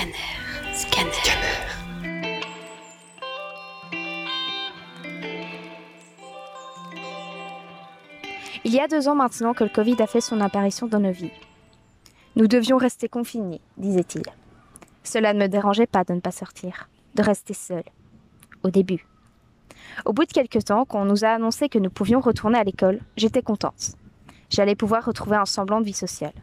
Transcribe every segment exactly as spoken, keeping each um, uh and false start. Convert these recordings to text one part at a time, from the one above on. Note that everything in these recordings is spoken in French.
Scanner, scanner. Scanner. Il y a deux ans maintenant que le Covid a fait son apparition dans nos vies. Nous devions rester confinés, disait-il. Cela ne me dérangeait pas de ne pas sortir, de rester seule. Au début. Au bout de quelques temps, quand on nous a annoncé que nous pouvions retourner à l'école, j'étais contente. J'allais pouvoir retrouver un semblant de vie sociale.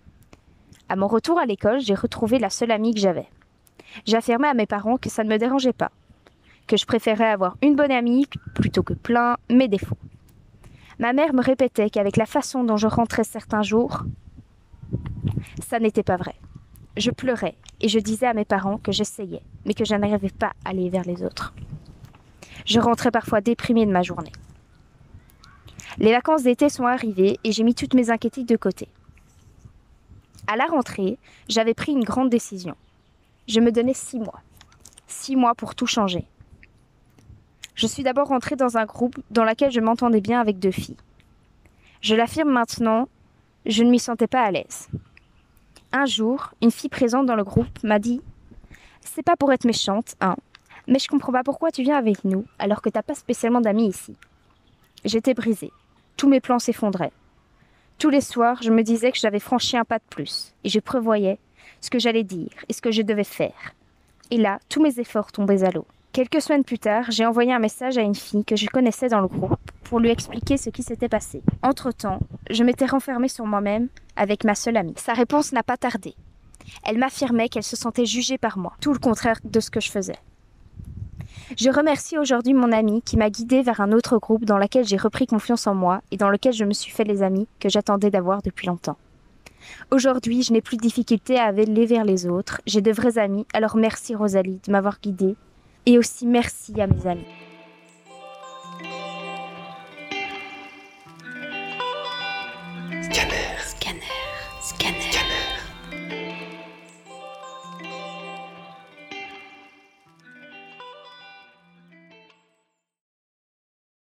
À mon retour à l'école, j'ai retrouvé la seule amie que j'avais. J'affirmais à mes parents que ça ne me dérangeait pas, que je préférais avoir une bonne amie plutôt que plein mes défauts. Ma mère me répétait qu'avec la façon dont je rentrais certains jours, ça n'était pas vrai. Je pleurais et je disais à mes parents que j'essayais, mais que je n'arrivais pas à aller vers les autres. Je rentrais parfois déprimée de ma journée. Les vacances d'été sont arrivées et j'ai mis toutes mes inquiétudes de côté. À la rentrée, j'avais pris une grande décision. Je me donnais six mois. Six mois pour tout changer. Je suis d'abord rentrée dans un groupe dans lequel je m'entendais bien avec deux filles. Je l'affirme maintenant, je ne m'y sentais pas à l'aise. Un jour, une fille présente dans le groupe m'a dit « C'est pas pour être méchante, hein, mais je comprends pas pourquoi tu viens avec nous alors que t'as pas spécialement d'amis ici. » J'étais brisée. Tous mes plans s'effondraient. Tous les soirs, je me disais que j'avais franchi un pas de plus et je prévoyais ce que j'allais dire et ce que je devais faire. Et là, tous mes efforts tombaient à l'eau. Quelques semaines plus tard, j'ai envoyé un message à une fille que je connaissais dans le groupe pour lui expliquer ce qui s'était passé. Entre-temps, je m'étais renfermée sur moi-même avec ma seule amie. Sa réponse n'a pas tardé. Elle m'affirmait qu'elle se sentait jugée par moi, tout le contraire de ce que je faisais. Je remercie aujourd'hui mon amie qui m'a guidée vers un autre groupe dans lequel j'ai repris confiance en moi et dans lequel je me suis fait les amis que j'attendais d'avoir depuis longtemps. Aujourd'hui, je n'ai plus de difficulté à aller vers les autres. J'ai de vrais amis, alors merci Rosalie de m'avoir guidée et aussi merci à mes amis.